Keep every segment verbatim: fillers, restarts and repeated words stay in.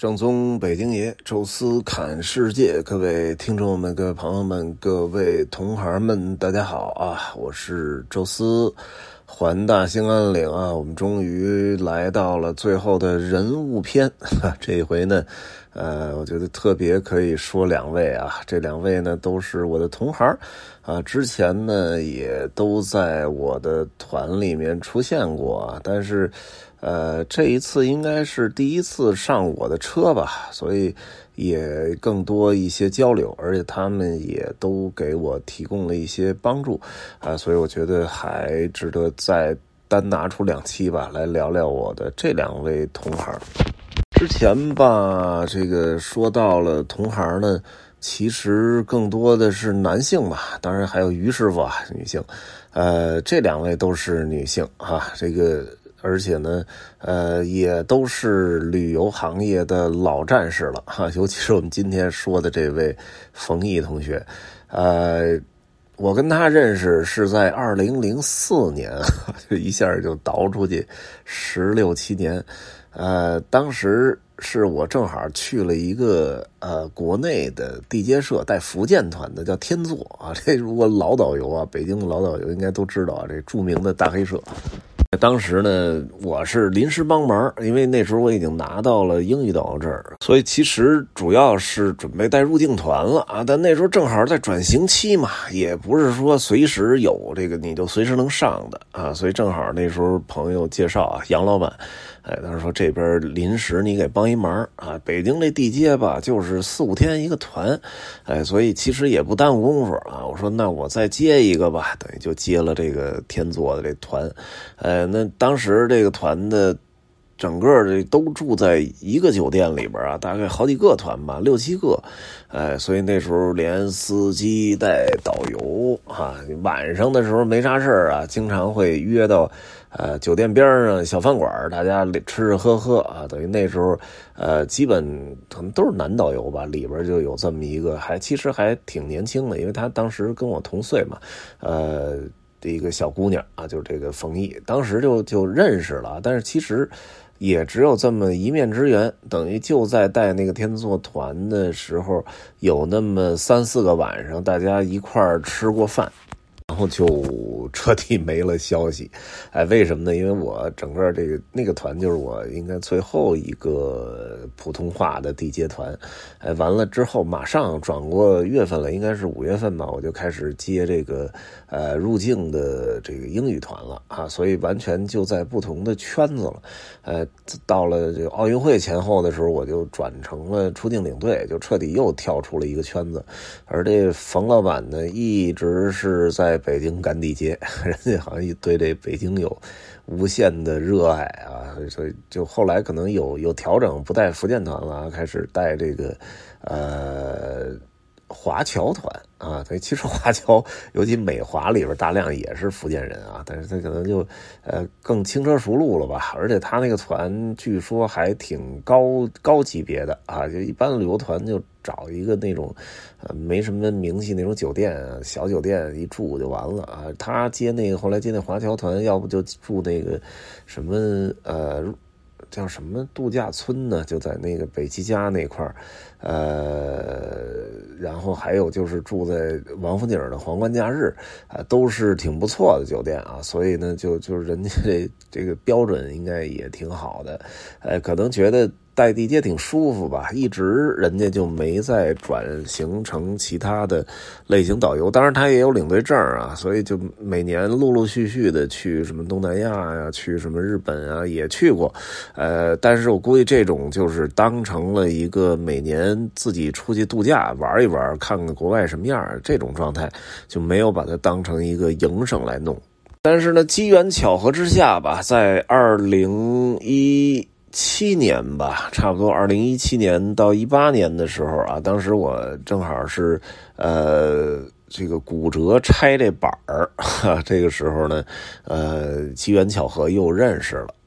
正宗北京爷，宙斯侃世界，各位听众们、各位朋友们、各位同行们，大家好啊！我是宙斯，环大兴安岭啊，我们终于来到了最后的人物篇。这一回呢，呃，我觉得特别可以说两位啊，这两位呢都是我的同行啊，之前呢也都在我的团里面出现过啊，但是。呃，这一次应该是第一次上我的车吧，所以也更多一些交流，而且他们也都给我提供了一些帮助啊，所以我觉得还值得再单拿出两期吧，来聊聊我的这两位同行。之前吧，这个说到了同行呢，其实更多的是男性吧，当然还有于师傅啊，女性，呃，这两位都是女性啊，这个。而且呢，呃，也都是旅游行业的老战士了哈，尤其是我们今天说的这位冯毅同学，呃，我跟他认识是在二零零四年，就一下就倒出去十六七年，呃，当时是我正好去了一个呃国内的地接社带福建团的，叫天作啊，这如果老导游啊，北京的老导游应该都知道啊，这著名的大黑社。当时呢，我是临时帮忙，因为那时候我已经拿到了英语导游证，所以其实主要是准备带入境团了啊。但那时候正好在转型期嘛，也不是说随时有这个你就随时能上的啊。所以正好那时候朋友介绍啊，杨老板，哎，他说这边临时你给帮一忙啊。北京这地接吧，就是四五天一个团，哎，所以其实也不耽误功夫啊。我说那我再接一个吧，等于就接了这个天作的这团，呃。那当时这个团的整个这都住在一个酒店里边啊，大概好几个团吧，六七个，哎，所以那时候连司机带导游啊，晚上的时候没啥事啊，经常会约到呃酒店边上小饭馆，大家吃吃喝喝啊，等于那时候呃基本可能都是男导游吧，里边就有这么一个，还其实还挺年轻的，因为他当时跟我同岁嘛，呃。一个小姑娘啊，就是这个冯毅，当时就就认识了，但是其实也只有这么一面之缘，等于就在带那个天作团的时候，有那么三四个晚上，大家一块儿吃过饭。然后就彻底没了消息，哎，为什么呢？因为我整个这个那个团就是我应该最后一个普通话的地接团，哎，完了之后马上转过月份了，应该是五月份吧，我就开始接这个呃入境的这个英语团了啊，所以完全就在不同的圈子了，呃，到了这个奥运会前后的时候，我就转成了出境领队，就彻底又跳出了一个圈子，而这冯老板呢，一直是在北京干地接，人家好像对这北京有无限的热爱啊，所以就后来可能有有调整，不带福建团了，开始带这个呃华侨团啊。对，其实华侨尤其美华里边大量也是福建人啊，但是他可能就呃更轻车熟路了吧，而且他那个团据说还挺高高级别的啊，就一般旅游团就找一个那种呃没什么名气那种酒店啊，小酒店一住就完了啊。他接那个后来接那华侨团，要不就住那个什么呃叫什么度假村呢，就在那个北齐家那块儿，呃然后还有就是住在王府井的皇冠假日啊、呃，都是挺不错的酒店啊，所以呢就就是人家这这个标准应该也挺好的，呃可能觉得带地接挺舒服吧，一直人家就没再转型成其他的类型导游，当然他也有领队证啊，所以就每年陆陆续续的去什么东南亚呀、啊，去什么日本啊也去过，呃，但是我估计这种就是当成了一个每年自己出去度假玩一玩，看看国外什么样，这种状态就没有把它当成一个营生来弄。但是呢，机缘巧合之下吧，在二零一七年吧，差不多二零一七年到一八年的时候啊，当时我正好是呃这个骨折拆这板儿，哈，这个时候呢，呃机缘巧合又认识了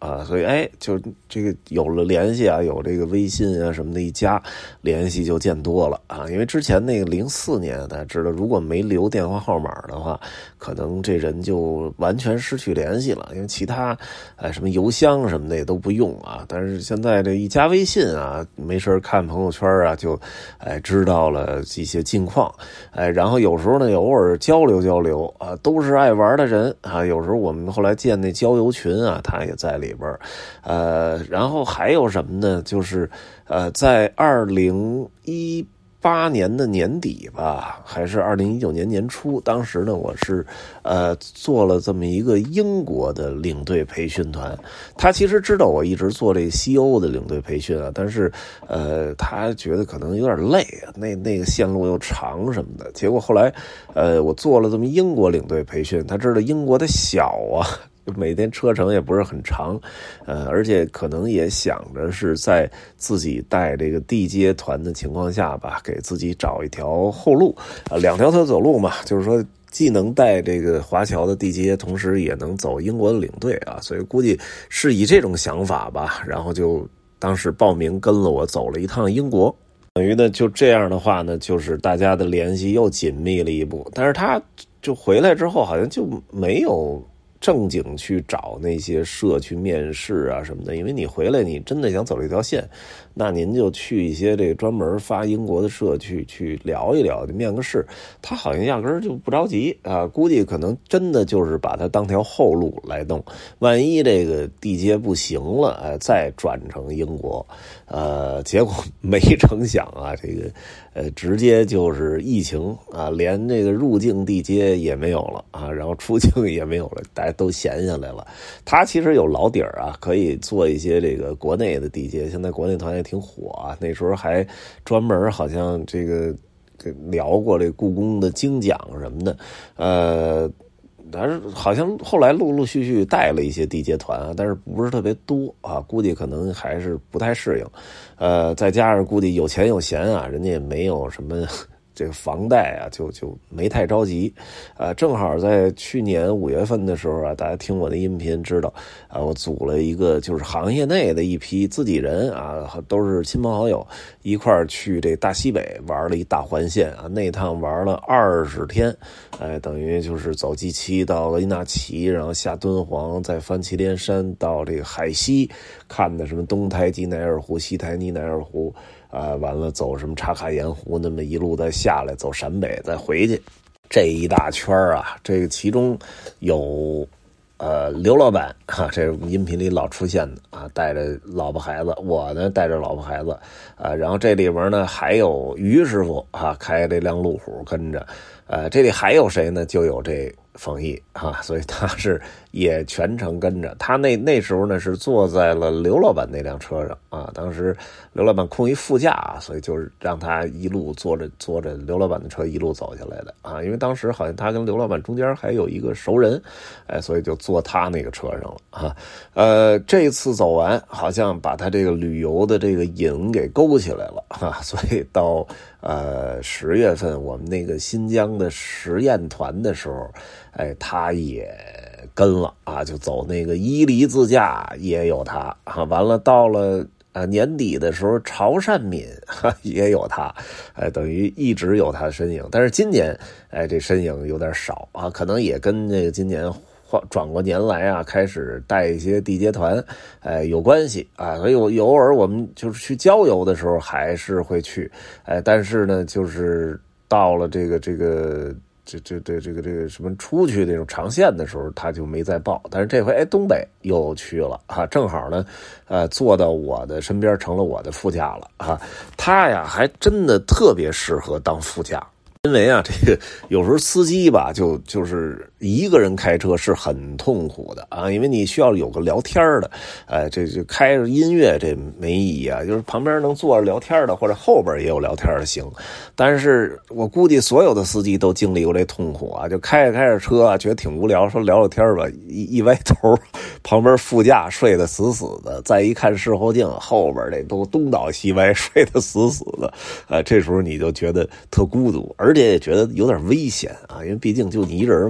啊，所以哎，就这个有了联系啊，有这个微信啊什么的，一加联系就见多了啊。因为之前那个零四年大家知道，如果没留电话号码的话，可能这人就完全失去联系了，因为其他哎什么邮箱什么的也都不用啊。但是现在这一加微信啊，没事看朋友圈啊，就哎知道了一些近况，哎，然后有时候呢偶尔交流交流啊，都是爱玩的人啊。有时候我们后来建那交友群啊，他也在里边，呃，然后还有什么呢？就是呃，在二零一八年的年底吧，还是二零一九年年初，当时呢，我是呃做了这么一个英国的领队培训团。他其实知道我一直做这个西欧的领队培训啊，但是呃，他觉得可能有点累啊，那那个线路又长什么的。结果后来呃，我做了这么英国领队培训，他知道英国的小啊。每天车程也不是很长，呃，而且可能也想着是在自己带这个地接团的情况下吧，给自己找一条后路啊，两条腿走路嘛，就是说既能带这个华侨的地接，同时也能走英国的领队啊，所以估计是以这种想法吧，然后就当时报名跟了我走了一趟英国。等于呢，就这样的话呢，就是大家的联系又紧密了一步，但是他就回来之后好像就没有正经去找那些社去面试啊什么的，因为你回来你真的想走这条线，那您就去一些这个专门发英国的社去去聊一聊，面个试。他好像压根儿就不着急啊，估计可能真的就是把它当条后路来弄，万一这个地接不行了，哎，再转成英国，呃，结果没成想啊，这个呃直接就是疫情啊，连这个入境地接也没有了啊，然后出境也没有了，大家都闲下来了。他其实有老底儿啊，可以做一些这个国内的地接，现在国内团也挺火啊。那时候还专门好像这个聊过这故宫的精讲什么的，呃。但是好像后来陆陆续续带了一些地接团啊，但是不是特别多啊，估计可能还是不太适应，呃，再加上估计有钱有闲啊，人家也没有什么这个房贷啊，就就没太着急，啊、呃，正好在去年五月份的时候啊，大家听我的音频知道，啊、呃，我组了一个就是行业内的一批自己人啊，都是亲朋好友一块儿去这大西北玩了一大环线啊，那趟玩了二十天，哎、呃，等于就是走 G 七到了伊纳奇，然后下敦煌，再翻祁连山到这个海西，看的什么东台吉乃尔湖、西台尼乃尔湖。啊，完了走什么茶卡盐湖，那么一路再下来走陕北再回去，这一大圈啊，这个其中有呃刘老板哈、啊，这是音频里老出现的啊，带着老婆孩子，我呢带着老婆孩子啊，然后这里边呢还有于师傅啊，开这辆路虎跟着，呃，这里还有谁呢？就有这冯毅啊，所以他是也全程跟着。他那那时候呢是坐在了刘老板那辆车上啊，当时刘老板空一副驾啊，所以就是让他一路坐着坐着刘老板的车一路走下来的啊。因为当时好像他跟刘老板中间还有一个熟人，哎，所以就坐他那个车上了啊。呃，这次走完好像把他这个旅游的这个瘾给勾起来了啊，所以到呃十月份我们那个新疆的实验团的时候。哎，他也跟了啊，就走那个伊犁自驾也有他啊。完了，到了啊年底的时候，潮汕闽哈也有他，哎，等于一直有他的身影。但是今年，哎，这身影有点少啊，可能也跟这个今年转过年来啊，开始带一些地接团，哎，有关系啊。所以我偶尔我们就是去郊游的时候还是会去，哎，但是呢，就是到了这个这个。这这这这个这个什么出去这种长线的时候，他就没再报。但是这回哎，东北又去了啊，正好呢，呃，坐到我的身边，成了我的副驾了啊。他呀，还真的特别适合当副驾。因为啊，这个有时候司机吧，就就是一个人开车是很痛苦的啊，因为你需要有个聊天的，哎，这就开着音乐这没意义啊，就是旁边能坐着聊天的，或者后边也有聊天的行。但是我估计所有的司机都经历过这痛苦啊，就开着开着车啊，觉得挺无聊，说聊聊天吧，一一歪头，旁边副驾睡得死死的，再一看视后镜，后边这都东倒西歪，睡得死死的，啊，这时候你就觉得特孤独，而。而且也觉得有点危险啊，因为毕竟就你一人嘛，你万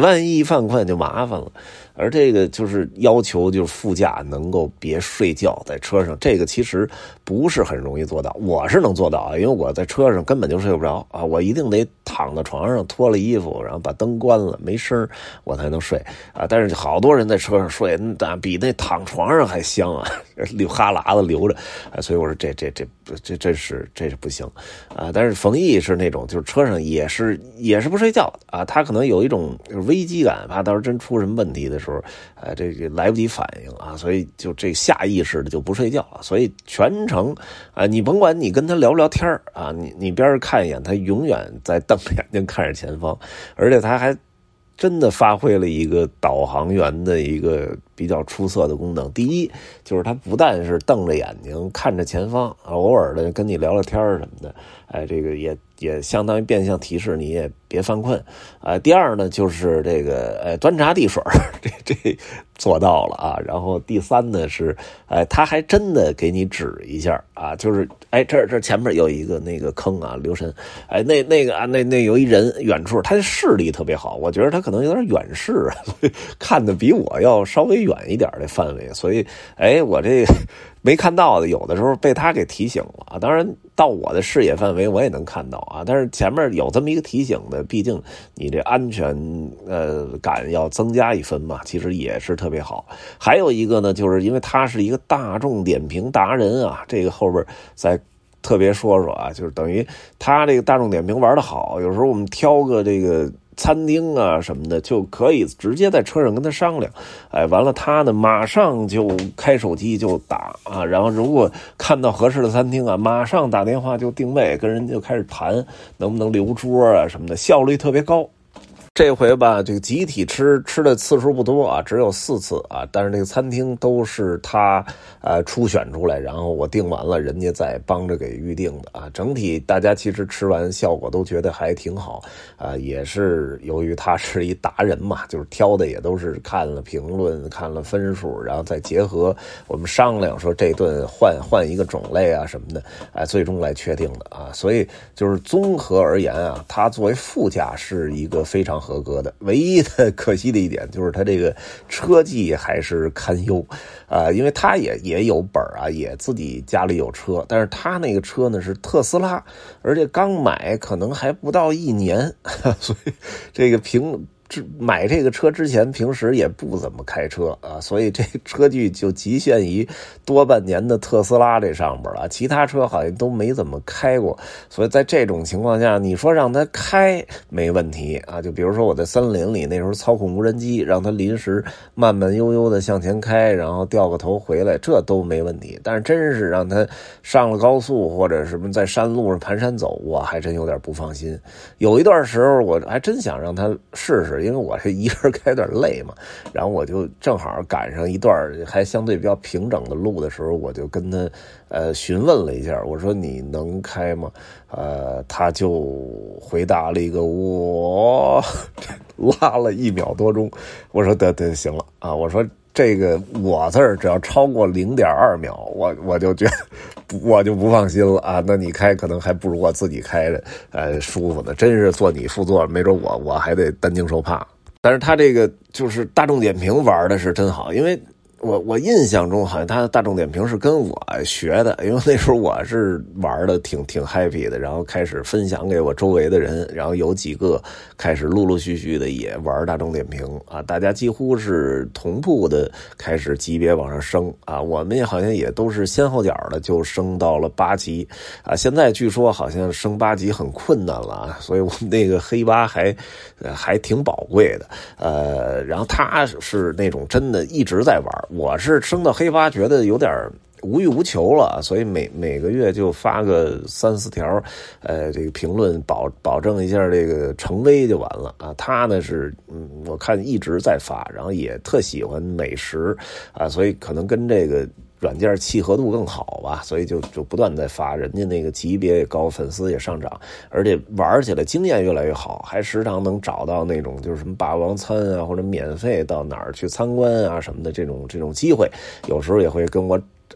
万一犯困就麻烦了。而这个就是要求，就是副驾能够别睡觉在车上，这个其实不是很容易做到。我是能做到啊，因为我在车上根本就睡不着啊，我一定得躺在床上脱了衣服，然后把灯关了，没声我才能睡啊。但是好多人在车上睡，那比那躺床上还香啊，流哈喇子流着啊。所以我说这这这这这是这是不行啊。但是冯毅是那种就是车上也是也是不睡觉啊，他可能有一种危机感，怕到时候真出什么问题的时候。呃，这个来不及反应啊，所以就这下意识的就不睡觉啊，所以全程啊，你甭管你跟他聊不聊天啊，你你边上看一眼，他永远在瞪着眼睛看着前方，而且他还真的发挥了一个导航员的一个比较出色的功能。第一，就是他不但是瞪着眼睛看着前方，偶尔的跟你聊聊天什么的，哎，这个也也相当于变相提示你也别犯困啊、呃。第二呢，就是这个呃端茶递水，这这做到了啊。然后第三呢是，哎、呃，他还真的给你指一下啊，就是哎这这前面有一个那个坑啊，留神，哎那那个啊那那有一人远处，他的视力特别好，我觉得他可能有点远视，所以看的比我要稍微远一点的范围，所以哎我这没看到的，有的时候被他给提醒了啊。当然到我的视野范围我也能看到啊，但是前面有这么一个提醒的，毕竟你这安全呃感要增加一分嘛，其实也是特别好。还有一个呢，就是因为他是一个大众点评达人啊，这个后边再特别说说啊，就是等于他这个大众点评玩得好，有时候我们挑个这个餐厅啊什么的，就可以直接在车上跟他商量，哎，完了他呢马上就开手机就打啊，然后如果看到合适的餐厅啊，马上打电话就定位，跟人就开始谈能不能留桌啊什么的，效率特别高。这回吧，这个集体吃吃的次数不多啊，只有四次啊，但是这个餐厅都是他呃初选出来，然后我订完了，人家再帮着给预定的啊。整体大家其实吃完效果都觉得还挺好啊，也是由于他是一达人嘛，就是挑的也都是看了评论、看了分数，然后再结合我们商量说这顿换换一个种类啊什么的，哎，最终来确定的啊。所以就是综合而言啊，他作为副驾是一个非常合格的，唯一的可惜的一点就是他这个车技还是堪忧啊、呃，因为他也也有本啊，也自己家里有车，但是他那个车呢是特斯拉，而且刚买可能还不到一年，所以这个平买这个车之前平时也不怎么开车啊，所以这车距就局限于多半年的特斯拉这上边了，其他车好像都没怎么开过。所以在这种情况下，你说让他开没问题啊，就比如说我在森林里那时候操控无人机，让他临时慢慢悠悠的向前开，然后掉个头回来，这都没问题。但是真是让他上了高速或者什么在山路上盘山走，我还真有点不放心。有一段时候我还真想让他试试，因为我这一个人开有点累嘛，然后我就正好赶上一段还相对比较平整的路的时候，我就跟他呃询问了一下，我说你能开吗？呃，他就回答了一个我拉了一秒多钟，我说得得行了啊，我说这个我字儿只要超过零点二秒，我我就觉得我就不放心了啊。那你开可能还不如我自己开着呃舒服呢。真是坐你副座，没准我我还得担惊受怕。但是他这个就是大众点评玩的是真好，因为我我印象中好像他的大众点评是跟我学的，因为那时候我是玩的挺挺 happy 的，然后开始分享给我周围的人，然后有几个开始陆陆续续的也玩大众点评啊，大家几乎是同步的开始级别往上升啊，我们也好像也都是先后脚的就升到了八级啊，现在据说好像升八级很困难了啊，所以我们那个黑八还还挺宝贵的，呃，然后他是那种真的一直在玩。我是升到黑八觉得有点无欲无求了，所以每每个月就发个三四条，呃，这个评论保保证一下这个成威就完了啊。他呢是，嗯，我看一直在发，然后也特喜欢美食啊，所以可能跟这个软件契合度更好吧，所以就就不断在发，人家那个级别也高，粉丝也上涨，而且玩起来经验越来越好，还时常能找到那种就是什么霸王餐啊，或者免费到哪儿去参观啊什么的这种这种机会，有时候也会跟我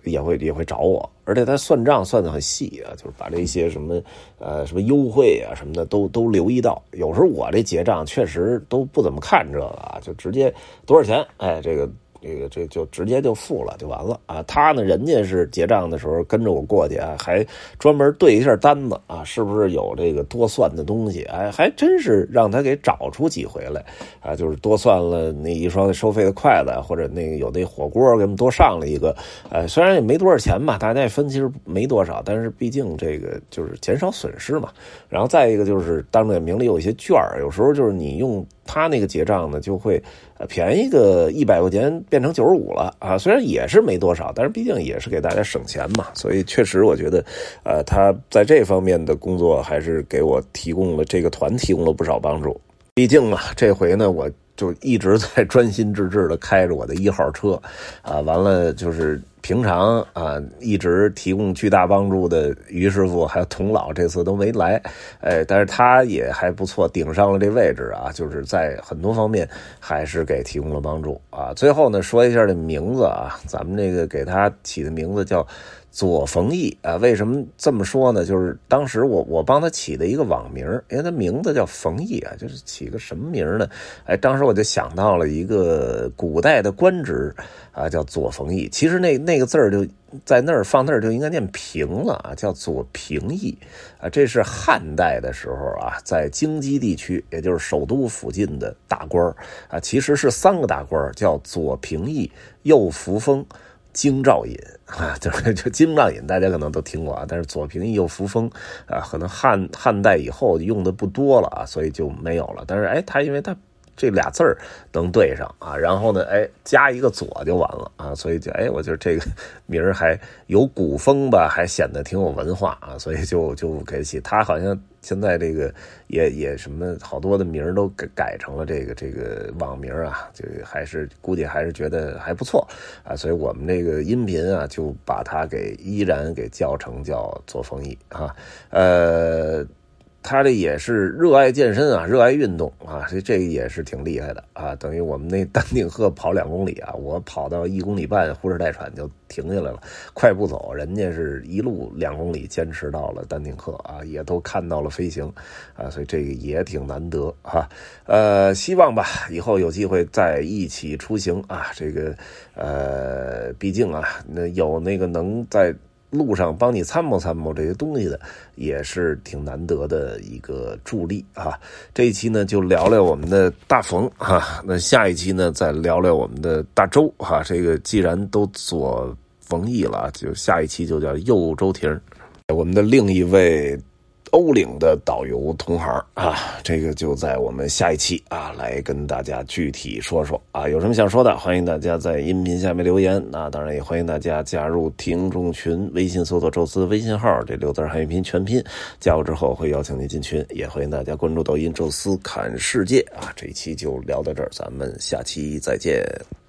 也会也会找我，而且他算账算得很细啊，就是把这些什么呃什么优惠啊什么的都都留意到。有时候我这结账确实都不怎么看这个啊，就直接多少钱，哎，这个。这个这就直接就付了就完了啊！他呢，人家是结账的时候跟着我过去啊，还专门对一下单子啊，是不是有这个多算的东西？哎，还真是让他给找出几回来啊！就是多算了那一双收费的筷子，或者那个有那火锅给我们多上了一个。呃，虽然也没多少钱吧，大家也分其实没多少，但是毕竟这个就是减少损失嘛。然后再一个就是当着明里有一些券儿，有时候就是你用他那个结账呢，就会呃便宜个一百块钱。变成九十五了啊，虽然也是没多少，但是毕竟也是给大家省钱嘛，所以确实我觉得，呃，他在这方面的工作还是给我提供了这个团提供了不少帮助。毕竟嘛，这回呢，我就一直在专心致志的开着我的一号车，啊，完了就是平常啊一直提供巨大帮助的于师傅还有童老这次都没来，哎，但是他也还不错，顶上了这位置啊，就是在很多方面还是给提供了帮助啊。最后呢，说一下这名字啊，咱们这个给他起的名字叫左冯毅啊，为什么这么说呢？就是当时我我帮他起的一个网名，因为他名字叫冯毅啊，就是起个什么名呢？哎，当时我就想到了一个古代的官职啊，叫左冯毅。其实那那个字儿就在那儿放那儿就应该念平了啊，叫左平义啊。这是汉代的时候啊，在京畿地区，也就是首都附近的大官啊，其实是三个大官，叫左平义、右扶风、京兆尹啊，就是就京兆尹，大家可能都听过啊，但是左平义右扶风啊，可能汉汉代以后用的不多了啊，所以就没有了。但是哎，他因为他这俩字儿能对上啊，然后呢，哎，加一个左就完了啊，所以就哎，我觉得这个名儿还有古风吧，还显得挺有文化啊，所以就就给起。他好像现在这个也也什么好多的名儿都改改成了这个这个网名啊，就还是估计还是觉得还不错啊，所以我们这个音频啊就把它给依然给叫成叫左冯毅啊，呃。他这也是热爱健身啊，热爱运动啊，这这也是挺厉害的啊。等于我们那丹顶鹤跑两公里啊，我跑到一公里半呼哧带喘就停下来了，快步走，人家是一路两公里坚持到了丹顶鹤啊，也都看到了飞行啊，所以这个也挺难得哈。呃，希望吧，以后有机会再一起出行啊。这个呃，毕竟啊，那有那个能在路上帮你参谋参谋这些东西的，也是挺难得的一个助力啊。这一期呢就聊聊我们的大冯哈，那下一期呢再聊聊我们的大周哈。这个既然都左冯毅了，就下一期就叫右周婷，我们的另一位欧领的导游同行啊，这个就在我们下一期啊来跟大家具体说说啊，有什么想说的，欢迎大家在音频下面留言。那当然也欢迎大家加入听众群，微信搜索宙斯微信号，这六字汉语拼全拼，加入之后会邀请你进群，也欢迎大家关注抖音宙斯侃世界啊。这一期就聊到这儿，咱们下期再见。